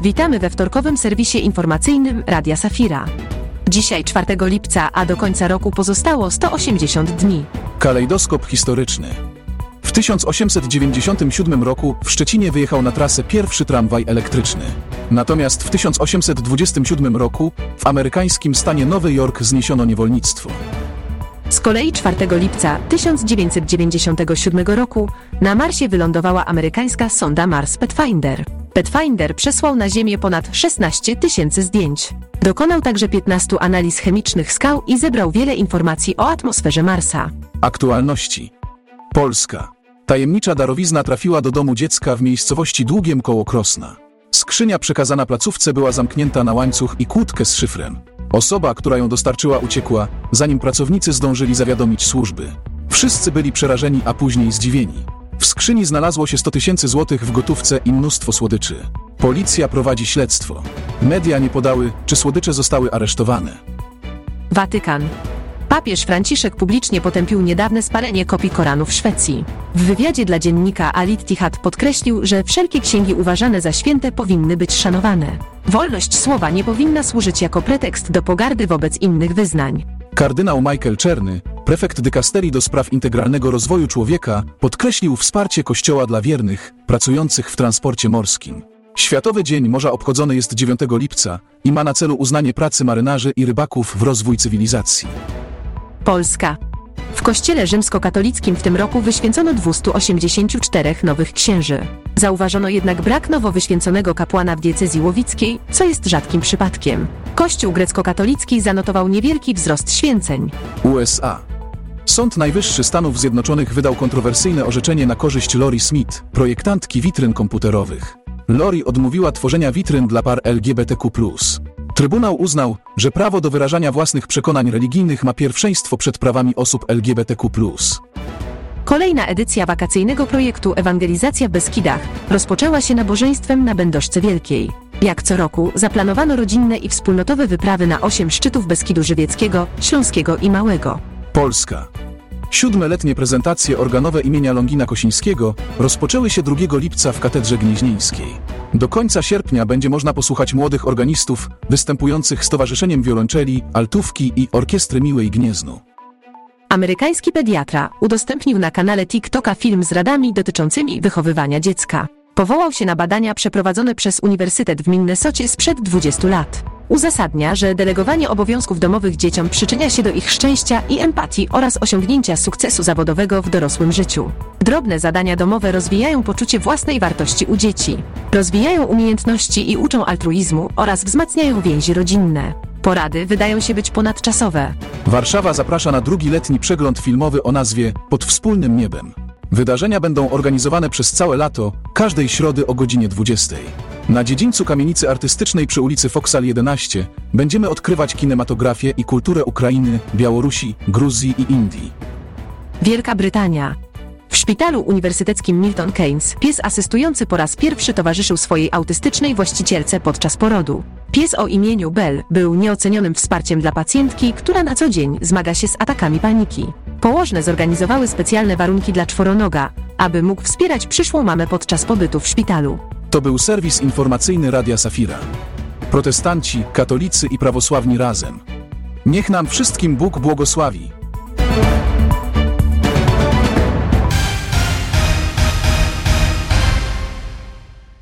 Witamy we wtorkowym serwisie informacyjnym Radia Safira. Dzisiaj 4 lipca, a do końca roku pozostało 180 dni. Kalejdoskop historyczny. W 1897 roku w Szczecinie wyjechał na trasę pierwszy tramwaj elektryczny. Natomiast w 1827 roku w amerykańskim stanie Nowy Jork zniesiono niewolnictwo. Z kolei 4 lipca 1997 roku na Marsie wylądowała amerykańska sonda Mars Pathfinder. Pathfinder przesłał na Ziemię ponad 16 000 zdjęć. Dokonał także 15 analiz chemicznych skał i zebrał wiele informacji o atmosferze Marsa. Aktualności. Polska. Tajemnicza darowizna trafiła do domu dziecka w miejscowości Długiem koło Krosna. Skrzynia przekazana placówce była zamknięta na łańcuch i kłódkę z szyfrem. Osoba, która ją dostarczyła, uciekła, zanim pracownicy zdążyli zawiadomić służby. Wszyscy byli przerażeni, a później zdziwieni. W skrzyni znalazło się 100 000 złotych w gotówce i mnóstwo słodyczy. Policja prowadzi śledztwo. Media nie podały, czy słodycze zostały aresztowane. Watykan. Papież Franciszek publicznie potępił niedawne spalenie kopii Koranu w Szwecji. W wywiadzie dla dziennika Al-Ittihad podkreślił, że wszelkie księgi uważane za święte powinny być szanowane. Wolność słowa nie powinna służyć jako pretekst do pogardy wobec innych wyznań. Kardynał Michael Czerny, prefekt dykasterii do spraw integralnego rozwoju człowieka, podkreślił wsparcie Kościoła dla wiernych, pracujących w transporcie morskim. Światowy Dzień Morza obchodzony jest 9 lipca i ma na celu uznanie pracy marynarzy i rybaków w rozwój cywilizacji. Polska. W Kościele rzymskokatolickim w tym roku wyświęcono 284 nowych księży. Zauważono jednak brak nowo wyświęconego kapłana w diecezji łowickiej, co jest rzadkim przypadkiem. Kościół grecko-katolicki zanotował niewielki wzrost święceń. USA. Sąd Najwyższy Stanów Zjednoczonych wydał kontrowersyjne orzeczenie na korzyść Lori Smith, projektantki witryn komputerowych. Lori odmówiła tworzenia witryn dla par LGBTQ+. Trybunał uznał, że prawo do wyrażania własnych przekonań religijnych ma pierwszeństwo przed prawami osób LGBTQ+. Kolejna edycja wakacyjnego projektu Ewangelizacja w Beskidach rozpoczęła się nabożeństwem na Będoszce Wielkiej. Jak co roku zaplanowano rodzinne i wspólnotowe wyprawy na 8 szczytów Beskidu Żywieckiego, Śląskiego i Małego. Polska. 7-letnie prezentacje organowe imienia Longina Kosińskiego rozpoczęły się 2 lipca w Katedrze Gnieźnieńskiej. Do końca sierpnia będzie można posłuchać młodych organistów występujących z Towarzyszeniem Wiolonczeli, Altówki i Orkiestry Miłej Gnieznu. Amerykański pediatra udostępnił na kanale TikToka film z radami dotyczącymi wychowywania dziecka. Powołał się na badania przeprowadzone przez Uniwersytet w Minnesocie sprzed 20 lat. Uzasadnia, że delegowanie obowiązków domowych dzieciom przyczynia się do ich szczęścia i empatii oraz osiągnięcia sukcesu zawodowego w dorosłym życiu. Drobne zadania domowe rozwijają poczucie własnej wartości u dzieci, rozwijają umiejętności i uczą altruizmu oraz wzmacniają więzi rodzinne. Porady wydają się być ponadczasowe. Warszawa zaprasza na drugi letni przegląd filmowy o nazwie Pod wspólnym niebem. Wydarzenia będą organizowane przez całe lato, każdej środy o godzinie 20. Na dziedzińcu kamienicy artystycznej przy ulicy Foksal 11 będziemy odkrywać kinematografię i kulturę Ukrainy, Białorusi, Gruzji i Indii. Wielka Brytania. W szpitalu uniwersyteckim Milton Keynes pies asystujący po raz pierwszy towarzyszył swojej autystycznej właścicielce podczas porodu. Pies o imieniu Bell był nieocenionym wsparciem dla pacjentki, która na co dzień zmaga się z atakami paniki. Położne zorganizowały specjalne warunki dla czworonoga, aby mógł wspierać przyszłą mamę podczas pobytu w szpitalu. To był serwis informacyjny Radia Safira. Protestanci, katolicy i prawosławni razem. Niech nam wszystkim Bóg błogosławi.